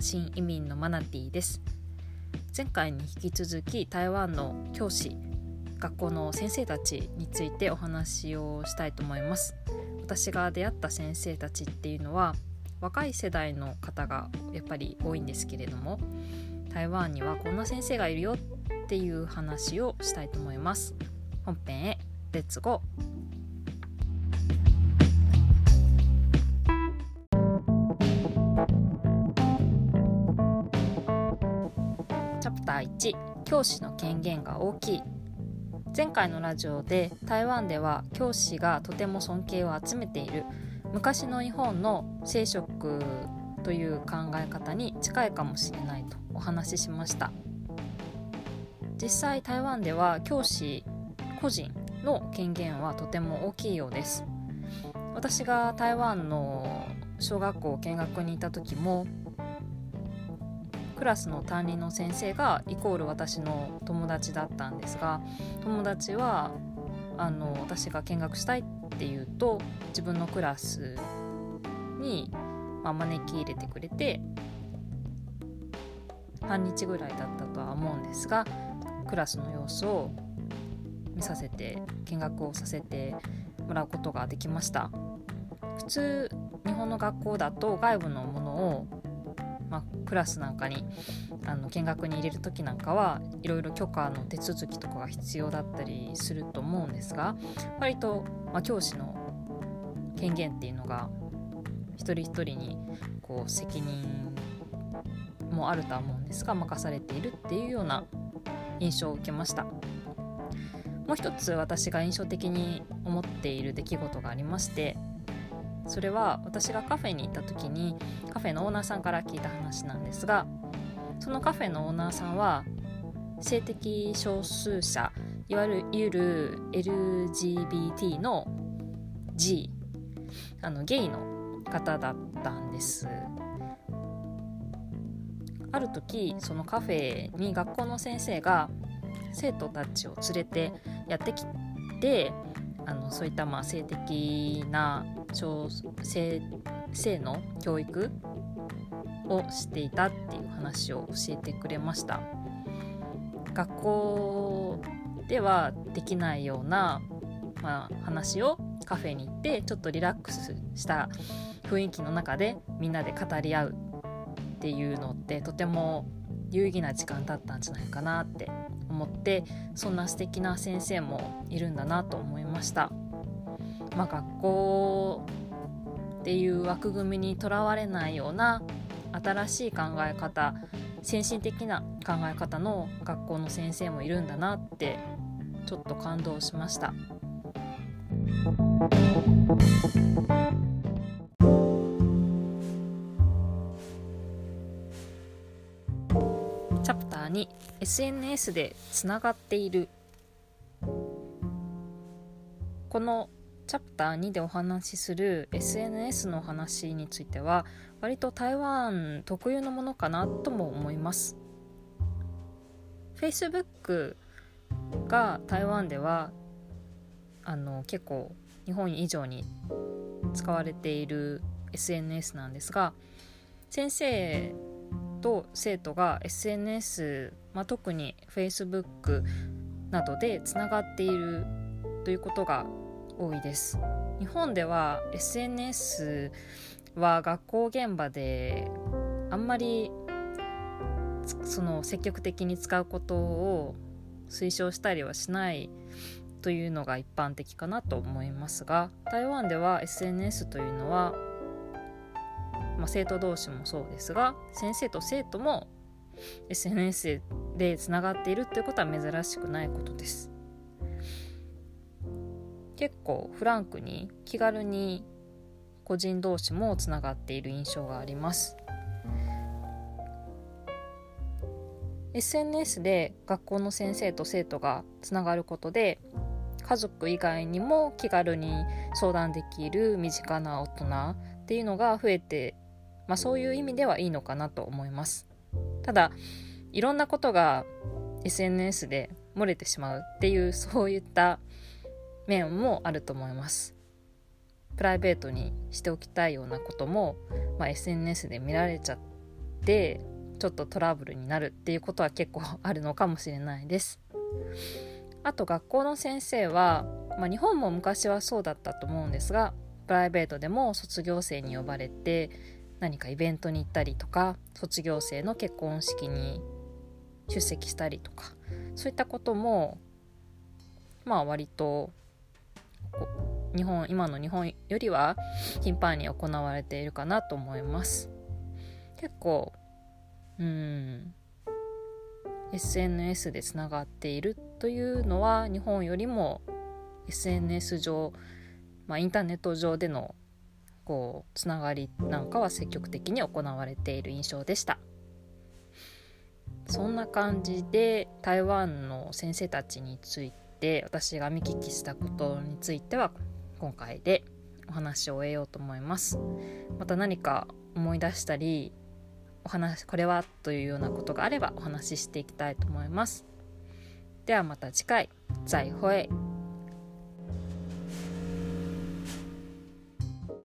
新移民のマナティです。前回に引き続き台湾の教師、学校の先生たちについてお話をしたいと思います。私が出会った先生たちっていうのは若い世代の方がやっぱり多いんですけれども、台湾にはこんな先生がいるよっていう話をしたいと思います。本編へレッツゴー。チャプター1、教師の権限が大きい。前回のラジオで台湾では教師がとても尊敬を集めている、昔の日本の聖職という考え方に近いかもしれないとお話ししました。実際台湾では教師個人の権限はとても大きいようです。私が台湾の小学校見学にいた時も、クラスの担任の先生がイコール私の友達だったんですが、友達は私が見学したいって言うと自分のクラスに、招き入れてくれて、半日ぐらいだったとは思うんですが、クラスの様子を見させて見学をさせてもらうことができました。普通日本の学校だと外部のものをクラスなんかに見学に入れる時なんかはいろいろ許可の手続きとかが必要だったりすると思うんですが、割と、教師の権限っていうのが一人一人に責任もあるとは思うんですが、任されているっていうような印象を受けました。もう一つ私が印象的に思っている出来事がありまして、それは私がカフェに行った時にカフェのオーナーさんから聞いた話なんですが、そのカフェのオーナーさんは性的少数者、いわゆる LGBT の G、ゲイの方だったんです。ある時そのカフェに学校の先生が生徒たちを連れてやってきて、そういった性的な性の教育をしていたっていう話を教えてくれました。学校ではできないような、話をカフェに行ってちょっとリラックスした雰囲気の中でみんなで語り合うっていうのってとても有意義な時間だったんじゃないかなって思って、そんな素敵な先生もいるんだなと思いました。学校っていう枠組みにとらわれないような新しい考え方、先進的な考え方の学校の先生もいるんだなってちょっと感動しました。チャプター2、 SNS でつながっている。このチャプター2でお話しする SNS の話については割と台湾特有のものかなとも思います。 Facebook が台湾では結構日本以上に使われている SNS なんですが、先生と生徒が SNS、特に Facebook などでつながっているということが多いです。日本では SNS は学校現場であんまり積極的に使うことを推奨したりはしないというのが一般的かなと思いますが、台湾では SNS というのは、生徒同士もそうですが、先生と生徒も SNS でつながっているということは珍しくないことです。結構フランクに気軽に個人同士もつながっている印象があります。 SNS で学校の先生と生徒がつながることで、家族以外にも気軽に相談できる身近な大人っていうのが増えて、そういう意味ではいいのかなと思います。ただいろんなことが SNS で漏れてしまうっていう、そういった面もあると思います。プライベートにしておきたいようなことも、SNS で見られちゃっでちょっとトラブルになるっていうことは結構あるのかもしれないです。あと学校の先生は、日本も昔はそうだったと思うんですが、プライベートでも卒業生に呼ばれて何かイベントに行ったりとか、卒業生の結婚式に出席したりとか、そういったことも割と今の日本よりは頻繁に行われているかなと思います。結構SNS でつながっているというのは日本よりも SNS 上、インターネット上でのつながりなんかは積極的に行われている印象でした。そんな感じで台湾の先生たちについて私が見聞きしたことについては今回でお話を終えようと思います。また何か思い出したりこれはというようなことがあればお話ししていきたいと思います。ではまた次回、再会。